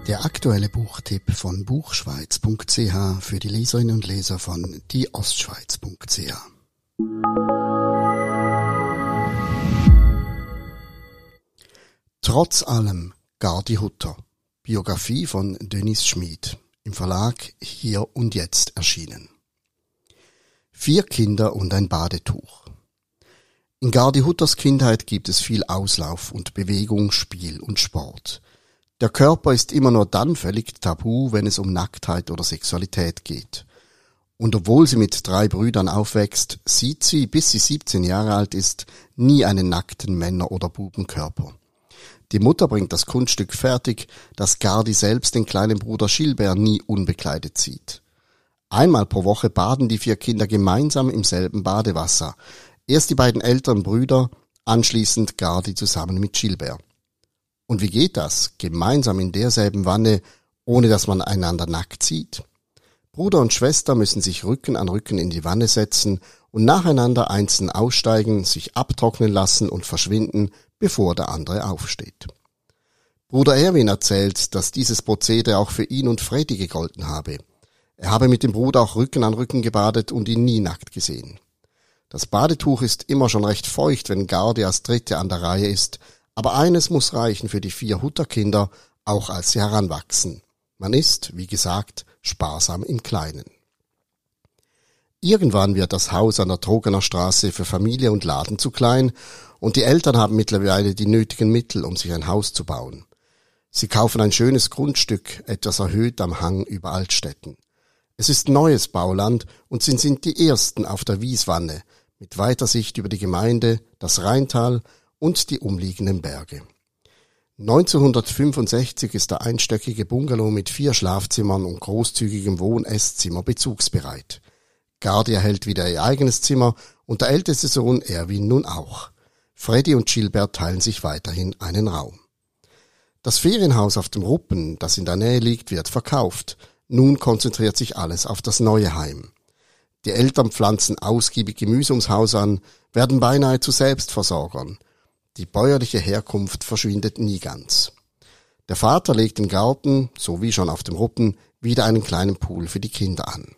Der aktuelle Buchtipp von buchschweiz.ch für die Leserinnen und Leser von dieostschweiz.ch. Trotz allem Gardi Hutter. Biografie von Dennis Schmid. Im Verlag Hier und Jetzt erschienen. 4 Kinder und ein Badetuch. In Gardi Hutters Kindheit gibt es viel Auslauf und Bewegung, Spiel und Sport. Der Körper ist immer nur dann völlig tabu, wenn es um Nacktheit oder Sexualität geht. Und obwohl sie mit 3 Brüdern aufwächst, sieht sie, bis sie 17 Jahre alt ist, nie einen nackten Männer- oder Bubenkörper. Die Mutter bringt das Kunststück fertig, dass Gardi selbst den kleinen Bruder Gilbert nie unbekleidet sieht. Einmal pro Woche baden die 4 Kinder gemeinsam im selben Badewasser. Erst die beiden älteren Brüder, anschließend Gardi zusammen mit Gilbert. Und wie geht das? Gemeinsam in derselben Wanne, ohne dass man einander nackt sieht? Bruder und Schwester müssen sich Rücken an Rücken in die Wanne setzen und nacheinander einzeln aussteigen, sich abtrocknen lassen und verschwinden, bevor der andere aufsteht. Bruder Erwin erzählt, dass dieses Prozedere auch für ihn und Freddy gegolten habe. Er habe mit dem Bruder auch Rücken an Rücken gebadet und ihn nie nackt gesehen. Das Badetuch ist immer schon recht feucht, wenn Gardi als Dritte an der Reihe ist, aber eines muss reichen für die 4 Hutterkinder, auch als sie heranwachsen. Man ist, wie gesagt, sparsam im Kleinen. Irgendwann wird das Haus an der Trogener Straße für Familie und Laden zu klein und die Eltern haben mittlerweile die nötigen Mittel, um sich ein Haus zu bauen. Sie kaufen ein schönes Grundstück, etwas erhöht am Hang über Altstetten. Es ist neues Bauland und sie sind die Ersten auf der Wieswanne, mit weiter Sicht über die Gemeinde, das Rheintal und die umliegenden Berge. 1965 ist der einstöckige Bungalow mit 4 Schlafzimmern und großzügigem Wohn-Esszimmer bezugsbereit. Gardi erhält wieder ihr eigenes Zimmer und der älteste Sohn Erwin nun auch. Freddy und Gilbert teilen sich weiterhin einen Raum. Das Ferienhaus auf dem Ruppen, das in der Nähe liegt, wird verkauft. Nun konzentriert sich alles auf das neue Heim. Die Eltern pflanzen ausgiebig Gemüse ums Haus an, werden beinahe zu Selbstversorgern. Die bäuerliche Herkunft verschwindet nie ganz. Der Vater legt im Garten, so wie schon auf dem Ruppen, wieder einen kleinen Pool für die Kinder an.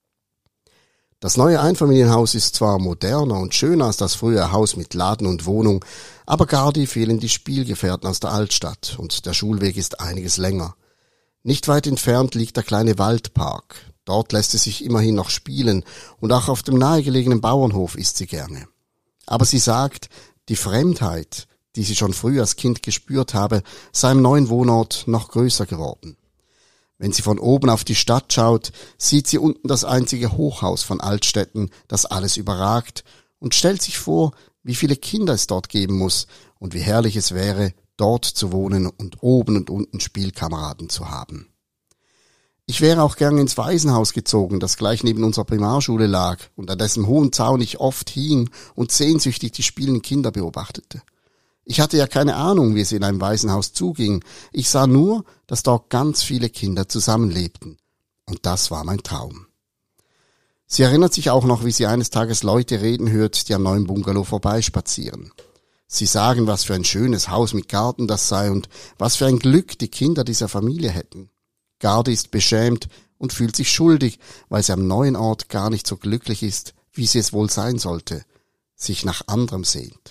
Das neue Einfamilienhaus ist zwar moderner und schöner als das frühere Haus mit Laden und Wohnung, aber Gardi fehlen die Spielgefährten aus der Altstadt und der Schulweg ist einiges länger. Nicht weit entfernt liegt der kleine Waldpark. Dort lässt es sich immerhin noch spielen und auch auf dem nahegelegenen Bauernhof ist sie gerne. Aber sie sagt, die Fremdheit, die sie schon früh als Kind gespürt habe, sei im neuen Wohnort noch größer geworden. Wenn sie von oben auf die Stadt schaut, sieht sie unten das einzige Hochhaus von Altstetten, das alles überragt, und stellt sich vor, wie viele Kinder es dort geben muss und wie herrlich es wäre, dort zu wohnen und oben und unten Spielkameraden zu haben. Ich wäre auch gern ins Waisenhaus gezogen, das gleich neben unserer Primarschule lag und an dessen hohen Zaun ich oft hing und sehnsüchtig die spielenden Kinder beobachtete. Ich hatte ja keine Ahnung, wie es in einem Waisenhaus zuging. Ich sah nur, dass dort ganz viele Kinder zusammenlebten. Und das war mein Traum. Sie erinnert sich auch noch, wie sie eines Tages Leute reden hört, die am neuen Bungalow vorbeispazieren. Sie sagen, was für ein schönes Haus mit Garten das sei und was für ein Glück die Kinder dieser Familie hätten. Gardi ist beschämt und fühlt sich schuldig, weil sie am neuen Ort gar nicht so glücklich ist, wie sie es wohl sein sollte, sich nach anderem sehnt.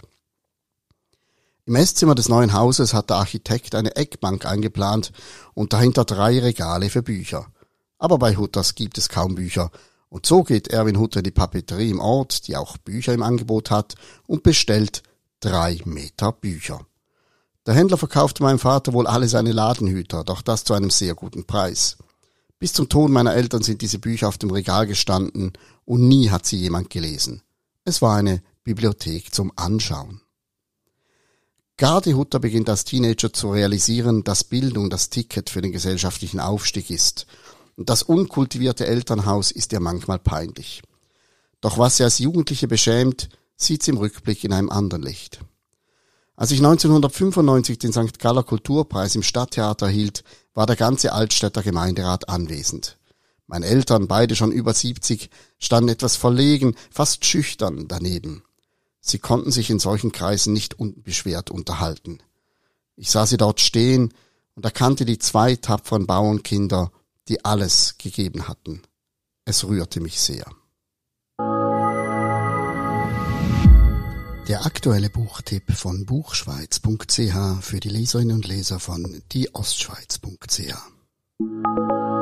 Im Esszimmer des neuen Hauses hat der Architekt eine Eckbank eingeplant und dahinter 3 Regale für Bücher. Aber bei Hutters gibt es kaum Bücher und so geht Erwin Hutter in die Papeterie im Ort, die auch Bücher im Angebot hat, und bestellt 3 Meter Bücher. Der Händler verkaufte meinem Vater wohl alle seine Ladenhüter, doch das zu einem sehr guten Preis. Bis zum Tod meiner Eltern sind diese Bücher auf dem Regal gestanden und nie hat sie jemand gelesen. Es war eine Bibliothek zum Anschauen. Gardi Hutter beginnt als Teenager zu realisieren, dass Bildung das Ticket für den gesellschaftlichen Aufstieg ist. Und das unkultivierte Elternhaus ist ihr manchmal peinlich. Doch was sie als Jugendliche beschämt, sieht sie im Rückblick in einem anderen Licht. Als ich 1995 den St. Galler Kulturpreis im Stadttheater erhielt, war der ganze Altstädter Gemeinderat anwesend. Meine Eltern, beide schon über 70, standen etwas verlegen, fast schüchtern daneben. Sie konnten sich in solchen Kreisen nicht unbeschwert unterhalten. Ich sah sie dort stehen und erkannte die 2 tapferen Bauernkinder, die alles gegeben hatten. Es rührte mich sehr. Der aktuelle Buchtipp von buchschweiz.ch für die Leserinnen und Leser von dieostschweiz.ch.